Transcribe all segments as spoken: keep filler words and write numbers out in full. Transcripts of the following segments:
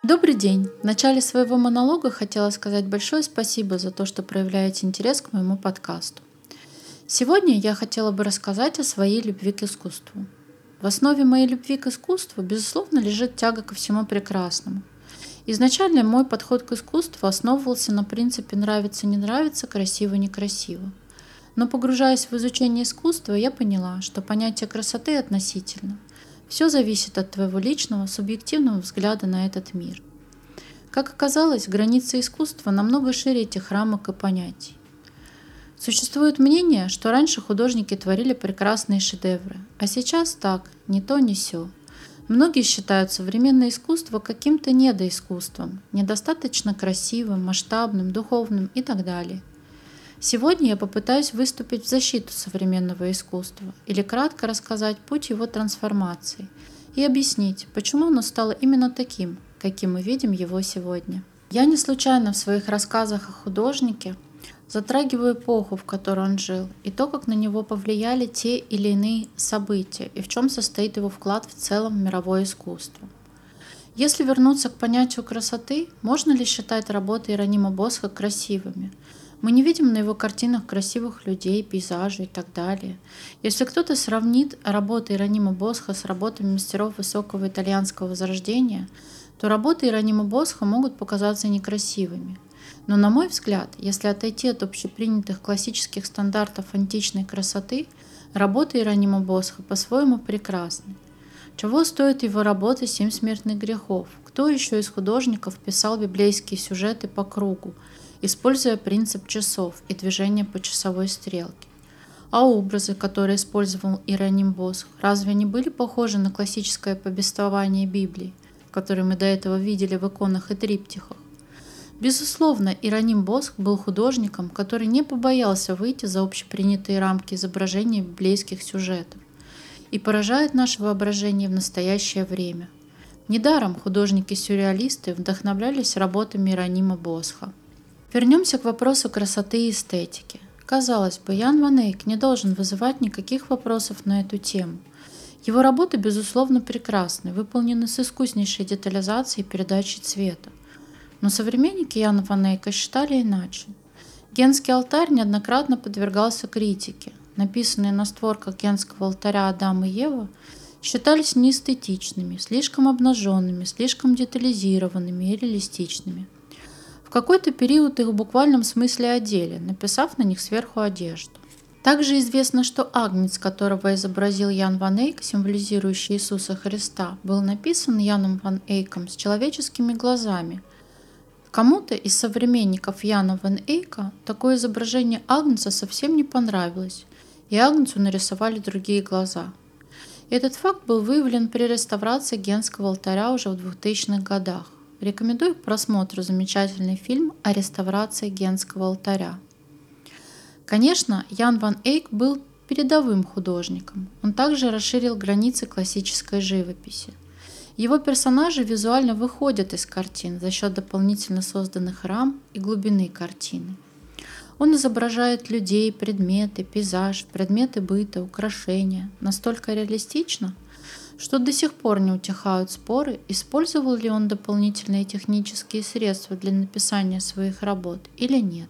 Добрый день! В начале своего монолога хотела сказать большое спасибо за то, что проявляете интерес к моему подкасту. Сегодня я хотела бы рассказать о своей любви к искусству. В основе моей любви к искусству, безусловно, лежит тяга ко всему прекрасному. Изначально мой подход к искусству основывался на принципе «нравится-не нравится, красиво-не красиво». Но погружаясь в изучение искусства, я поняла, что понятие красоты относительно. Все зависит от твоего личного, субъективного взгляда на этот мир. Как оказалось, границы искусства намного шире этих рамок и понятий. Существует мнение, что раньше художники творили прекрасные шедевры, а сейчас так, ни то, ни сё. Многие считают современное искусство каким-то недоискусством, недостаточно красивым, масштабным, духовным и так далее. Сегодня я попытаюсь выступить в защиту современного искусства или кратко рассказать путь его трансформации и объяснить, почему оно стало именно таким, каким мы видим его сегодня. Я не случайно в своих рассказах о художнике затрагиваю эпоху, в которой он жил, и то, как на него повлияли те или иные события, и в чем состоит его вклад в целом в мировое искусство. Если вернуться к понятию красоты, можно ли считать работы Иеронима Босха красивыми? Мы не видим на его картинах красивых людей, пейзажей и так далее. Если кто-то сравнит работы Иеронима Босха с работами мастеров высокого итальянского возрождения, то работы Иеронима Босха могут показаться некрасивыми. Но, на мой взгляд, если отойти от общепринятых классических стандартов античной красоты, работы Иеронима Босха по-своему прекрасны. Чего стоит его работа «Семь смертных грехов»? Кто еще из художников писал библейские сюжеты по кругу, используя принцип часов и движения по часовой стрелке? А образы, которые использовал Иероним Босх, разве они были похожи на классическое повествование Библии, которые мы до этого видели в иконах и триптихах? Безусловно, Иероним Босх был художником, который не побоялся выйти за общепринятые рамки изображения библейских сюжетов и поражает наше воображение в настоящее время. Недаром художники-сюрреалисты вдохновлялись работами Иеронима Босха. Вернемся к вопросу красоты и эстетики. Казалось бы, Ян ван Эйк не должен вызывать никаких вопросов на эту тему. Его работы, безусловно, прекрасны, выполнены с искуснейшей детализацией и передачей цвета. Но современники Яна ван Эйка считали иначе. Генский алтарь неоднократно подвергался критике. Написанные на створках Генского алтаря Адам и Ева считались неэстетичными, слишком обнаженными, слишком детализированными и реалистичными. В какой-то период их в буквальном смысле одели, написав на них сверху одежду. Также известно, что агнец, которого изобразил Ян ван Эйк, символизирующий Иисуса Христа, был написан Яном ван Эйком с человеческими глазами. Кому-то из современников Яна ван Эйка такое изображение агнца совсем не понравилось, и агнцу нарисовали другие глаза. Этот факт был выявлен при реставрации Генского алтаря уже в двухтысячных годах. Рекомендую к просмотру замечательный фильм о реставрации Генского алтаря. Конечно, Ян ван Эйк был передовым художником. Он также расширил границы классической живописи. Его персонажи визуально выходят из картин за счет дополнительно созданных рам и глубины картины. Он изображает людей, предметы, пейзаж, предметы быта, украшения настолько реалистично, что до сих пор не утихают споры, использовал ли он дополнительные технические средства для написания своих работ или нет.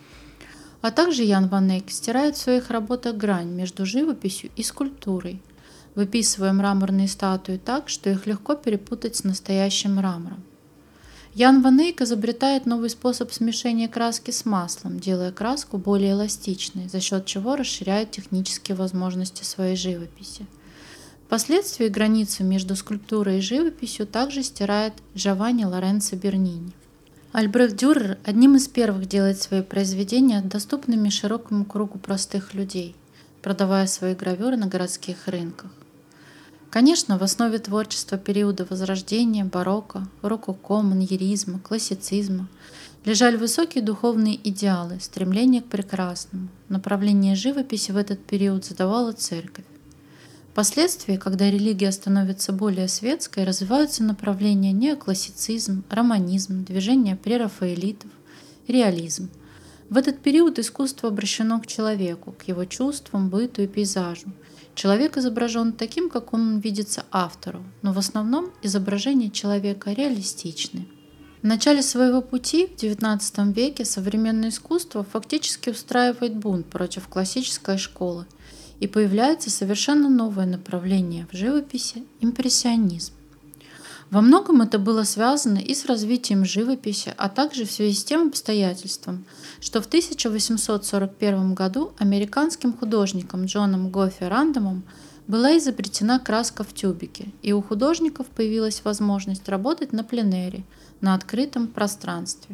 А также Ян ван Эйк стирает в своих работах грань между живописью и скульптурой, выписывая мраморные статуи так, что их легко перепутать с настоящим мрамором. Ян ван Эйк изобретает новый способ смешения краски с маслом, делая краску более эластичной, за счет чего расширяет технические возможности своей живописи. Впоследствии границу между скульптурой и живописью также стирает Джованни Лоренцо Бернини. Альбрехт Дюрер одним из первых делает свои произведения доступными широкому кругу простых людей, продавая свои гравюры на городских рынках. Конечно, в основе творчества периода Возрождения, барокко, рококо, маньеризма, классицизма лежали высокие духовные идеалы, стремление к прекрасному. Направление живописи в этот период задавала церковь. Впоследствии, когда религия становится более светской, развиваются направления неоклассицизм, романизм, движение прерафаэлитов, реализм. В этот период искусство обращено к человеку, к его чувствам, быту и пейзажу, Человек изображен таким, как он видится автору, но в основном изображения человека реалистичны. В начале своего пути в девятнадцатом веке современное искусство фактически устраивает бунт против классической школы, и появляется совершенно новое направление в живописи — импрессионизм. Во многом это было связано и с развитием живописи, а также в связи с тем обстоятельством, что в тысяча восемьсот сорок первом году американским художником Джоном Гоффи Рандомом была изобретена краска в тюбике, и у художников появилась возможность работать на пленэре, на открытом пространстве.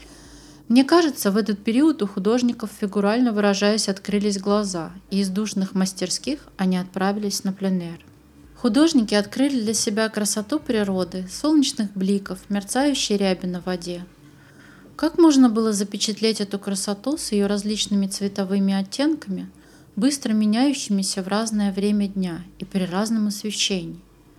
Мне кажется, в этот период у художников, фигурально выражаясь, открылись глаза, и из душных мастерских они отправились на пленэр. Художники открыли для себя красоту природы, солнечных бликов, мерцающей ряби на воде. Как можно было запечатлеть эту красоту с ее различными цветовыми оттенками, быстро меняющимися в разное время дня и при разном освещении?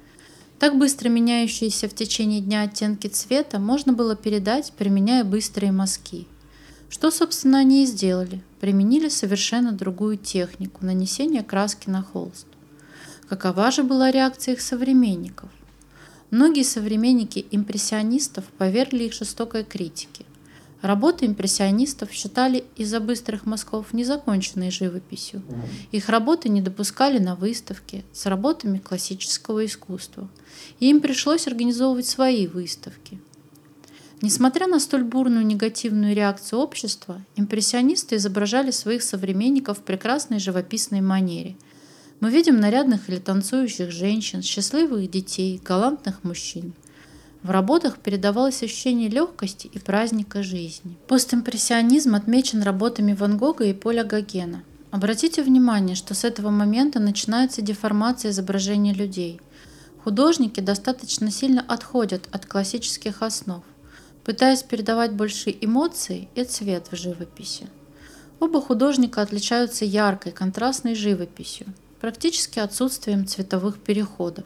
Так быстро меняющиеся в течение дня оттенки цвета можно было передать, применяя быстрые мазки. Что, собственно, они и сделали, применили совершенно другую технику нанесения краски на холст. Какова же была реакция их современников? Многие современники импрессионистов повергли их жестокой критике. Работы импрессионистов считали из-за быстрых мазков незаконченной живописью. Их работы не допускали на выставки с работами классического искусства, и им пришлось организовывать свои выставки. Несмотря на столь бурную негативную реакцию общества, импрессионисты изображали своих современников в прекрасной живописной манере. Мы видим нарядных или танцующих женщин, счастливых детей, галантных мужчин. В работах передавалось ощущение легкости и праздника жизни. Постимпрессионизм отмечен работами Ван Гога и Поля Гогена. Обратите внимание, что с этого момента начинается деформация изображения людей. Художники достаточно сильно отходят от классических основ, пытаясь передавать больше эмоций и цвет в живописи. Оба художника отличаются яркой, контрастной живописью, практически отсутствием цветовых переходов.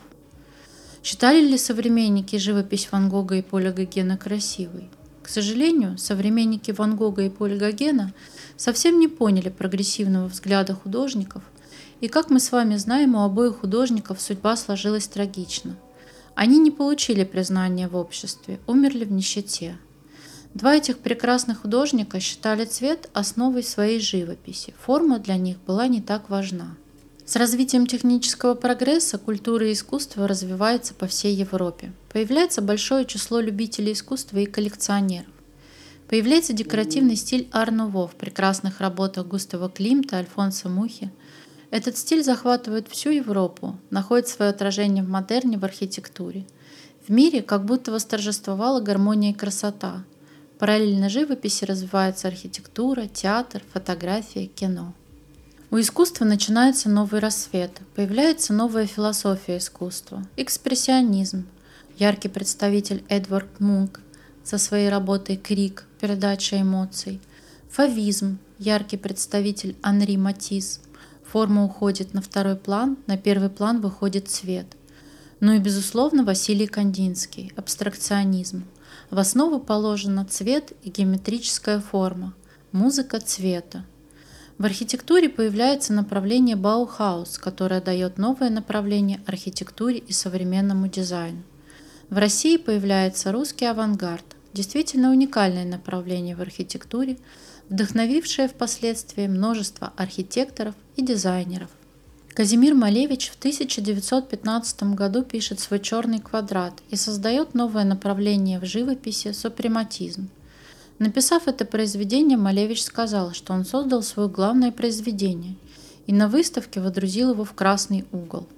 Считали ли современники живопись Ван Гога и Поля Гогена красивой? К сожалению, современники Ван Гога и Поля Гогена совсем не поняли прогрессивного взгляда художников, и, как мы с вами знаем, у обоих художников судьба сложилась трагично. Они не получили признания в обществе, умерли в нищете. Два этих прекрасных художника считали цвет основой своей живописи, форма для них была не так важна. С развитием технического прогресса культура и искусство развиваются по всей Европе. Появляется большое число любителей искусства и коллекционеров. Появляется декоративный стиль ар-нуво в прекрасных работах Густава Климта, Альфонса Мухи. Этот стиль захватывает всю Европу, находит свое отражение в модерне, в архитектуре. В мире как будто восторжествовала гармония и красота. Параллельно живописи развивается архитектура, театр, фотография, кино. У искусства начинается новый рассвет, появляется новая философия искусства, экспрессионизм. Яркий представитель Эдвард Мунк со своей работой «Крик. Передача эмоций», фавизм, яркий представитель Анри Матисс. Форма уходит на второй план, на первый план выходит цвет. Ну и, безусловно, Василий Кандинский, абстракционизм. В основу положена цвет и геометрическая форма, музыка цвета. В архитектуре появляется направление Баухаус, которое дает новое направление архитектуре и современному дизайну. В России появляется русский авангард, действительно уникальное направление в архитектуре, вдохновившее впоследствии множество архитекторов и дизайнеров. Казимир Малевич в тысяча девятьсот пятнадцатом году пишет свой «Черный квадрат» и создает новое направление в живописи — супрематизм. Написав это произведение, Малевич сказал, что он создал свое главное произведение и на выставке водрузил его в красный угол.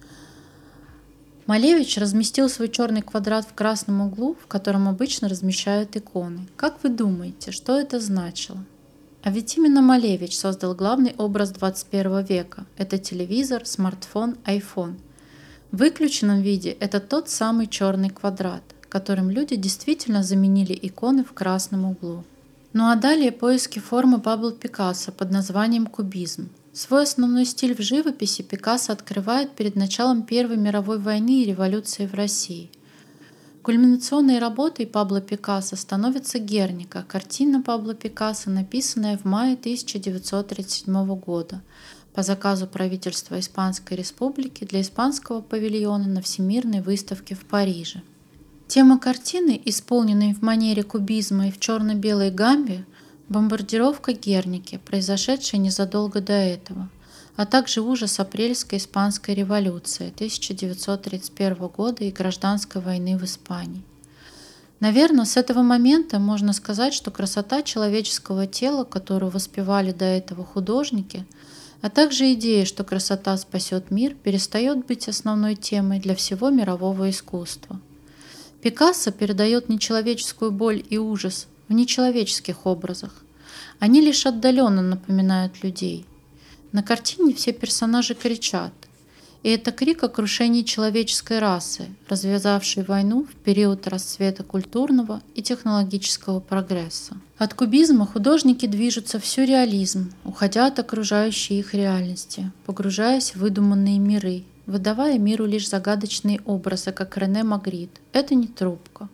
Малевич разместил свой черный квадрат в красном углу, в котором обычно размещают иконы. Как вы думаете, что это значило? А ведь именно Малевич создал главный образ двадцать первого века. Это телевизор, смартфон, айфон. В выключенном виде это тот самый черный квадрат, которым люди действительно заменили иконы в красном углу. Ну а далее поиски формы Пабло Пикассо под названием кубизм. Свой основной стиль в живописи Пикассо открывает перед началом Первой мировой войны и революции в России. Кульминационной работой Пабло Пикассо становится «Герника», картина Пабло Пикассо, написанная в мае тысяча девятьсот тридцать седьмого года по заказу правительства Испанской Республики для испанского павильона на Всемирной выставке в Париже. Тема картины, исполненной в манере кубизма и в черно-белой гамме, бомбардировка Герники, произошедшая незадолго до этого, а также ужас апрельской испанской революции тысяча девятьсот тридцать первого года и гражданской войны в Испании. Наверное, с этого момента можно сказать, что красота человеческого тела, которую воспевали до этого художники, а также идея, что красота спасет мир, перестает быть основной темой для всего мирового искусства. Пикассо передает нечеловеческую боль и ужас в нечеловеческих образах. Они лишь отдаленно напоминают людей. На картине все персонажи кричат, и это крик о крушении человеческой расы, развязавшей войну в период расцвета культурного и технологического прогресса. От кубизма художники движутся в сюрреализм, уходя от окружающей их реальности, погружаясь в выдуманные миры, выдавая миру лишь загадочные образы, как Рене Магрит. Это не трубка.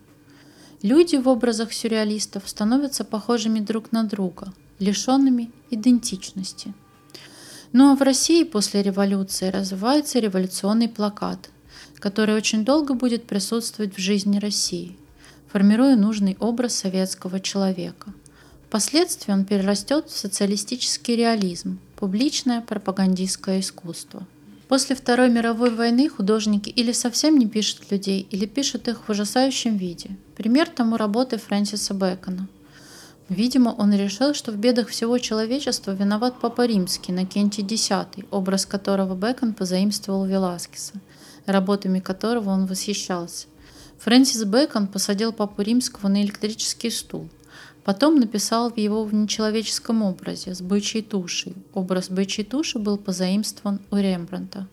Люди в образах сюрреалистов становятся похожими друг на друга, лишенными идентичности. Ну а в России после революции развивается революционный плакат, который очень долго будет присутствовать в жизни России, формируя нужный образ советского человека. Впоследствии он перерастет в социалистический реализм, публичное пропагандистское искусство. После Второй мировой войны художники или совсем не пишут людей, или пишут их в ужасающем виде. Пример тому работы Фрэнсиса Бэкона. Видимо, он решил, что в бедах всего человечества виноват Папа Римский, Иннокентий X, образ которого Бэкон позаимствовал у Веласкеса, работами которого он восхищался. Фрэнсис Бэкон посадил Папу Римского на электрический стул. Потом написал его в нечеловеческом образе, с бычьей тушей. Образ бычьей туши был позаимствован у Рембрандта.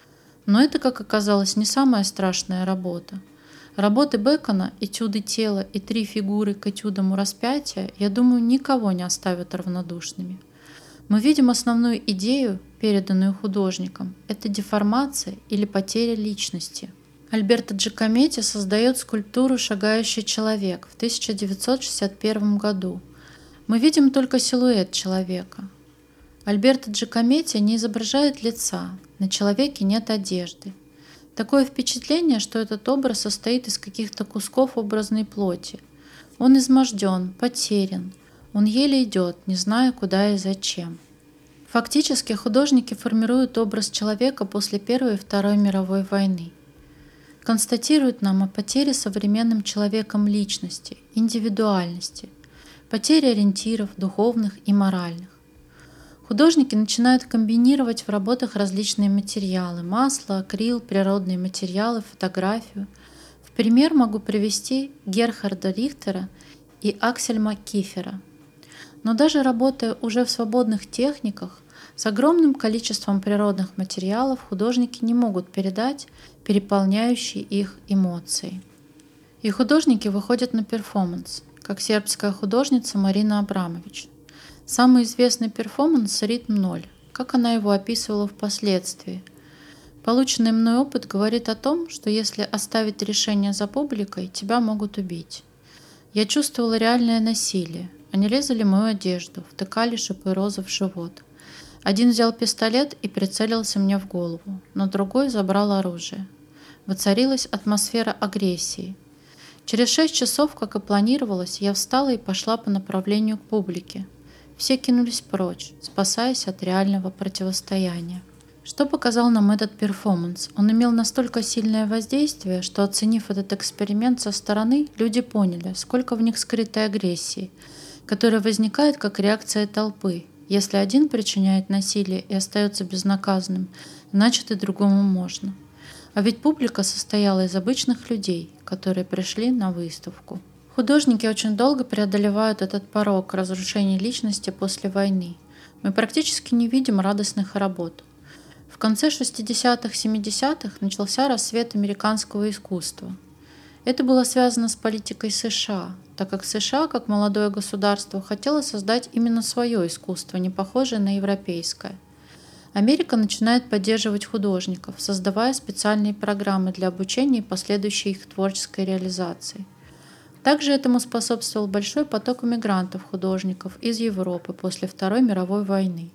Но это, как оказалось, не самая страшная работа. Работы Бэкона, этюды тела и три фигуры к этюдам у распятия, я думаю, никого не оставят равнодушными. Мы видим основную идею, переданную художником, это деформация или потеря личности. Альберто Джакометти создает скульптуру «Шагающий человек» в тысяча девятьсот шестьдесят первом году. Мы видим только силуэт человека. Альберто Джакометти не изображает лица, на человеке нет одежды. Такое впечатление, что этот образ состоит из каких-то кусков образной плоти. Он изможден, потерян, он еле идет, не зная, куда и зачем. Фактически художники формируют образ человека после Первой и Второй мировой войны. Констатируют нам о потере современным человеком личности, индивидуальности, потере ориентиров духовных и моральных. Художники начинают комбинировать в работах различные материалы – масло, акрил, природные материалы, фотографию. В пример могу привести Герхарда Рихтера и Аксельма Кифера. Но даже работая уже в свободных техниках, с огромным количеством природных материалов художники не могут передать переполняющие их эмоции. И художники выходят на перформанс, как сербская художница Марина Абрамович. Самый известный перформанс «Ритм ноль», как она его описывала впоследствии. Полученный мной опыт говорит о том, что если оставить решение за публикой, тебя могут убить. Я чувствовала реальное насилие. Они резали мою одежду, втыкали шипы розы в живот. Один взял пистолет и прицелился мне в голову, но другой забрал оружие. Воцарилась атмосфера агрессии. Через шесть часов, как и планировалось, я встала и пошла по направлению к публике. Все кинулись прочь, спасаясь от реального противостояния. Что показал нам этот перформанс? Он имел настолько сильное воздействие, что, оценив этот эксперимент со стороны, люди поняли, сколько в них скрытой агрессии, которая возникает как реакция толпы. Если один причиняет насилие и остается безнаказанным, значит и другому можно. А ведь публика состояла из обычных людей, которые пришли на выставку. Художники очень долго преодолевают этот порог разрушения личности после войны. Мы практически не видим радостных работ. В конце шестидесятых-семидесятых начался расцвет американского искусства. Это было связано с политикой США, так как США, как молодое государство, хотело создать именно свое искусство, не похожее на европейское. Америка начинает поддерживать художников, создавая специальные программы для обучения и последующей их творческой реализации. Также этому способствовал большой поток иммигрантов-художников из Европы после Второй мировой войны,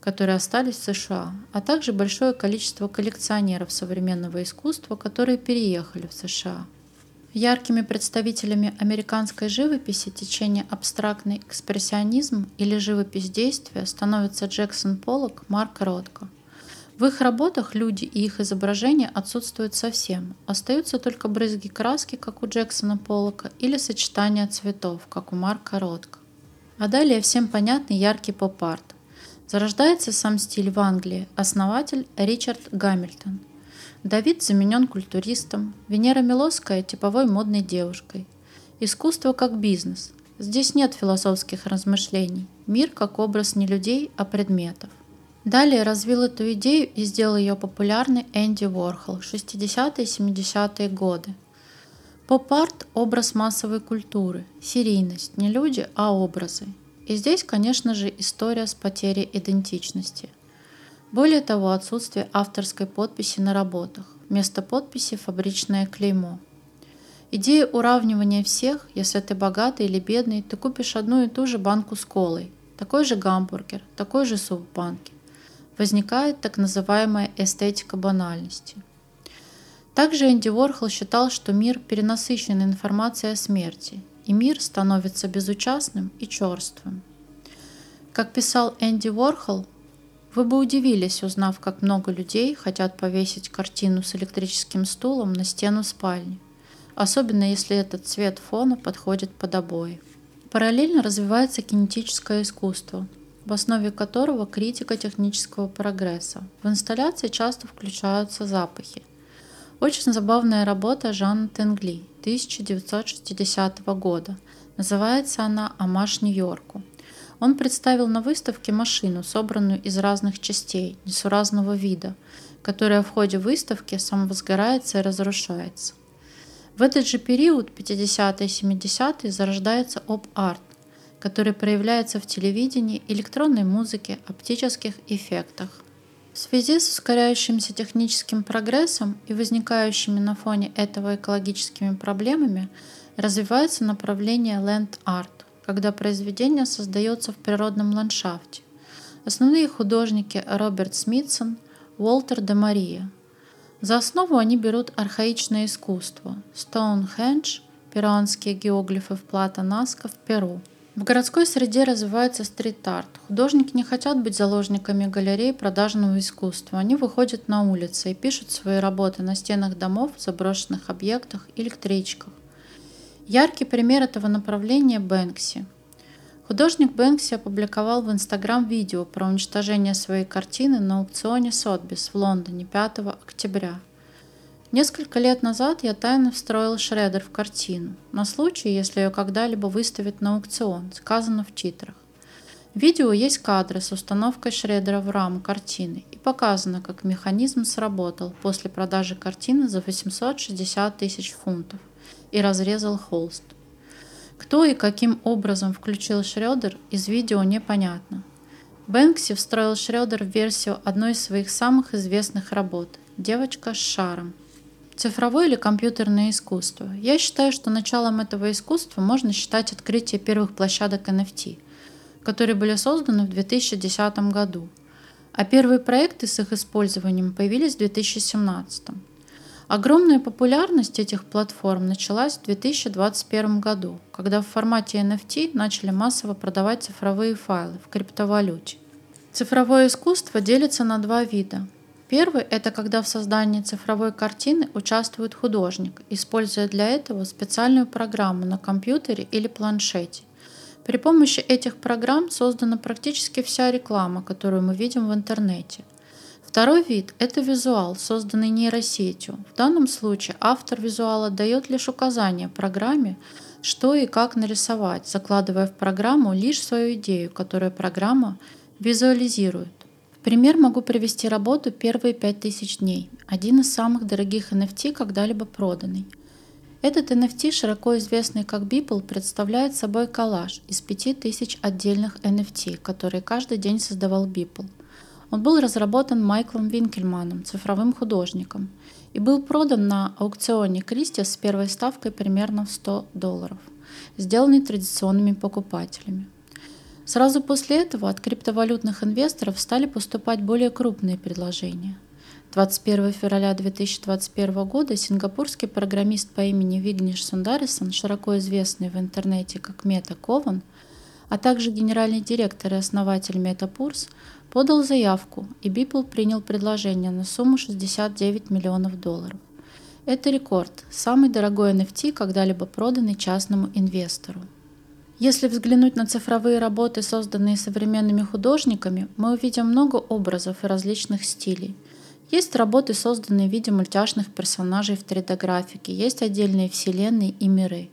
которые остались в США, а также большое количество коллекционеров современного искусства, которые переехали в США. Яркими представителями американской живописи течения абстрактный экспрессионизм или живопись действия становятся Джексон Поллок, Марк Ротко. В их работах люди и их изображения отсутствуют совсем, остаются только брызги краски, как у Джексона Поллока, или сочетания цветов, как у Марка Ротко. А далее всем понятный яркий поп-арт. Зарождается сам стиль в Англии, основатель Ричард Гамильтон. Давид заменен культуристом, Венера Милосская – типовой модной девушкой. Искусство как бизнес. Здесь нет философских размышлений. Мир как образ не людей, а предметов. Далее развил эту идею и сделал ее популярной Энди Уорхол, шестидесятые и семидесятые годы. Поп-арт – образ массовой культуры, серийность, не люди, а образы. И здесь, конечно же, история с потерей идентичности. Более того, отсутствие авторской подписи на работах. Вместо подписи фабричное клеймо. Идея уравнивания всех, если ты богатый или бедный, ты купишь одну и ту же банку с колой, такой же гамбургер, такой же суп в банке. Возникает так называемая эстетика банальности. Также Энди Уорхол считал, что мир перенасыщен информацией о смерти, и мир становится безучастным и черствым. Как писал Энди Уорхол, вы бы удивились, узнав, как много людей хотят повесить картину с электрическим стулом на стену спальни, особенно если этот цвет фона подходит под обои. Параллельно развивается кинетическое искусство, в основе которого критика технического прогресса. В инсталляции часто включаются запахи. Очень забавная работа Жана Тенгли тысяча девятьсот шестидесятого года. Называется она «Омаж Нью-Йорку». Он представил на выставке машину, собранную из разных частей, несуразного вида, которая в ходе выставки самовозгорается и разрушается. В этот же период, пятидесятые и семидесятые, зарождается оп-арт, который проявляется в телевидении, электронной музыке, оптических эффектах. В связи с ускоряющимся техническим прогрессом и возникающими на фоне этого экологическими проблемами развивается направление ленд-арт, когда произведение создается в природном ландшафте. Основные художники Роберт Смитсон, Уолтер де Мария. За основу они берут архаичное искусство – Стоунхендж, перуанские геоглифы вплата Наска в Перу. В городской среде развивается стрит-арт. Художники не хотят быть заложниками галерей продажного искусства. Они выходят на улицы и пишут свои работы на стенах домов, заброшенных объектах, электричках. Яркий пример этого направления – Бэнкси. Художник Бэнкси опубликовал в Инстаграм видео про уничтожение своей картины на аукционе Сотбис в Лондоне пятого октября. Несколько лет назад я тайно встроил шредер в картину, на случай, если ее когда-либо выставят на аукцион, сказано в титрах. В видео есть кадры с установкой шредера в раму картины и показано, как механизм сработал после продажи картины за восемьсот шестьдесят тысяч фунтов и разрезал холст. Кто и каким образом включил шредер, из видео непонятно. Бэнкси встроил шредер в версию одной из своих самых известных работ «Девочка с шаром». Цифровое или компьютерное искусство? Я считаю, что началом этого искусства можно считать открытие первых площадок эн эф ти, которые были созданы в две тысячи десятом году, а первые проекты с их использованием появились в две тысячи семнадцатом. Огромная популярность этих платформ началась в две тысячи двадцать первом году, когда в формате эн эф ти начали массово продавать цифровые файлы в криптовалюте. Цифровое искусство делится на два вида. Первый – это когда в создании цифровой картины участвует художник, используя для этого специальную программу на компьютере или планшете. При помощи этих программ создана практически вся реклама, которую мы видим в интернете. Второй вид – это визуал, созданный нейросетью. В данном случае автор визуала дает лишь указания программе, что и как нарисовать, закладывая в программу лишь свою идею, которую программа визуализирует. В пример могу привести работу «Первые пять тысяч дней», один из самых дорогих эн эф ти, когда-либо проданный. Этот эн эф ти, широко известный как Beeple, представляет собой коллаж из пяти тысяч отдельных эн эф ти, которые каждый день создавал Beeple. Он был разработан Майклом Винкельманом, цифровым художником, и был продан на аукционе Кристис с первой ставкой примерно в сто долларов, сделанный традиционными покупателями. Сразу после этого от криптовалютных инвесторов стали поступать более крупные предложения. двадцать первого февраля две тысячи двадцать первого года сингапурский программист по имени Вигнеш Сундаресан, широко известный в интернете как Мета Кован, а также генеральный директор и основатель MetaPurse, подал заявку, и Beeple принял предложение на сумму шестьдесят девять миллионов долларов. Это рекорд, самый дорогой эн эф ти, когда-либо проданный частному инвестору. Если взглянуть на цифровые работы, созданные современными художниками, мы увидим много образов и различных стилей. Есть работы, созданные в виде мультяшных персонажей в три дэ-графике, есть отдельные вселенные и миры.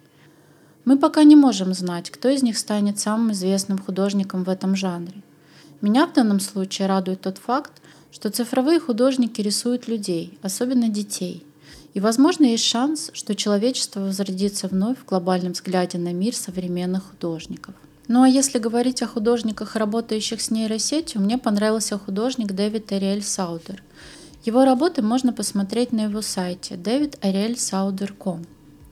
Мы пока не можем знать, кто из них станет самым известным художником в этом жанре. Меня в данном случае радует тот факт, что цифровые художники рисуют людей, особенно детей. И, возможно, есть шанс, что человечество возродится вновь в глобальном взгляде на мир современных художников. Ну а если говорить о художниках, работающих с нейросетью, мне понравился художник Дэвид Ариэль Саудер. Его работы можно посмотреть на его сайте дэвид ариэль саудер точка ком.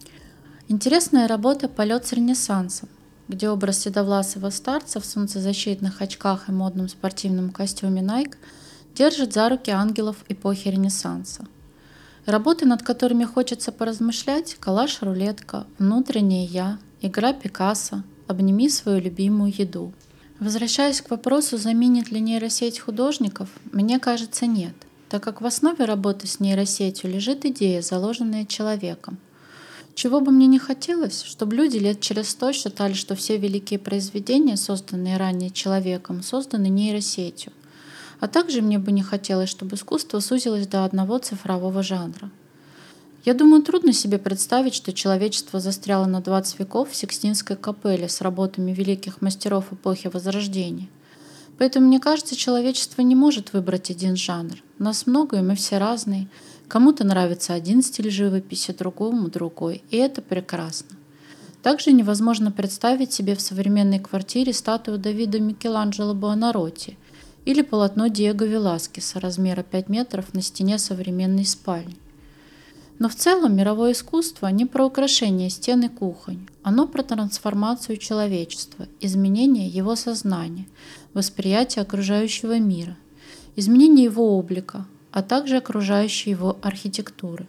Интересная работа «Полет с Ренессансом», где образ седовласого старца в солнцезащитных очках и модном спортивном костюме Nike держит за руки ангелов эпохи Ренессанса. Работы, над которыми хочется поразмышлять: «Коллаж-рулетка», «Внутреннее я», «Игра Пикассо», «Обними свою любимую еду». Возвращаясь к вопросу, заменит ли нейросеть художников, мне кажется, нет, так как в основе работы с нейросетью лежит идея, заложенная человеком. Чего бы мне не хотелось, чтобы люди лет через сто считали, что все великие произведения, созданные ранее человеком, созданы нейросетью. А также мне бы не хотелось, чтобы искусство сузилось до одного цифрового жанра. Я думаю, трудно себе представить, что человечество застряло на двадцать веков в Сикстинской капелле с работами великих мастеров эпохи Возрождения. Поэтому, мне кажется, человечество не может выбрать один жанр. Нас много, и мы все разные. Кому-то нравится один стиль живописи, другому другой, и это прекрасно. Также невозможно представить себе в современной квартире статую Давида Микеланджело Буонаротти или полотно Диего Веласкеса размера пять метров на стене современной спальни. Но в целом мировое искусство не про украшение стен и кухонь, оно про трансформацию человечества, изменение его сознания, восприятие окружающего мира, изменение его облика, а также окружающей его архитектуры.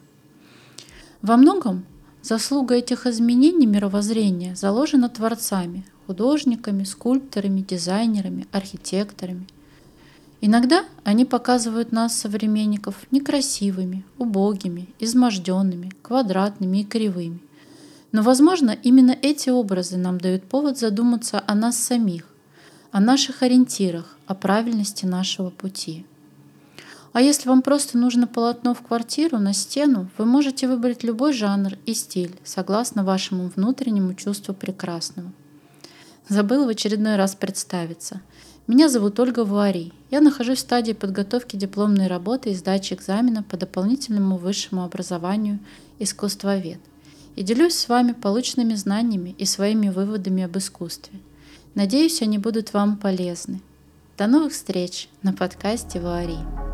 Во многом заслуга этих изменений мировоззрения заложена творцами, художниками, скульпторами, дизайнерами, архитекторами. Иногда они показывают нас, современников, некрасивыми, убогими, изможденными, квадратными и кривыми. Но, возможно, именно эти образы нам дают повод задуматься о нас самих, о наших ориентирах, о правильности нашего пути. А если вам просто нужно полотно в квартиру, на стену, вы можете выбрать любой жанр и стиль, согласно вашему внутреннему чувству прекрасного. Забыла в очередной раз представиться. Меня зовут Ольга Вуари. Я нахожусь в стадии подготовки дипломной работы и сдачи экзамена по дополнительному высшему образованию искусствовед. И делюсь с вами полученными знаниями и своими выводами об искусстве. Надеюсь, они будут вам полезны. До новых встреч на подкасте Вуари.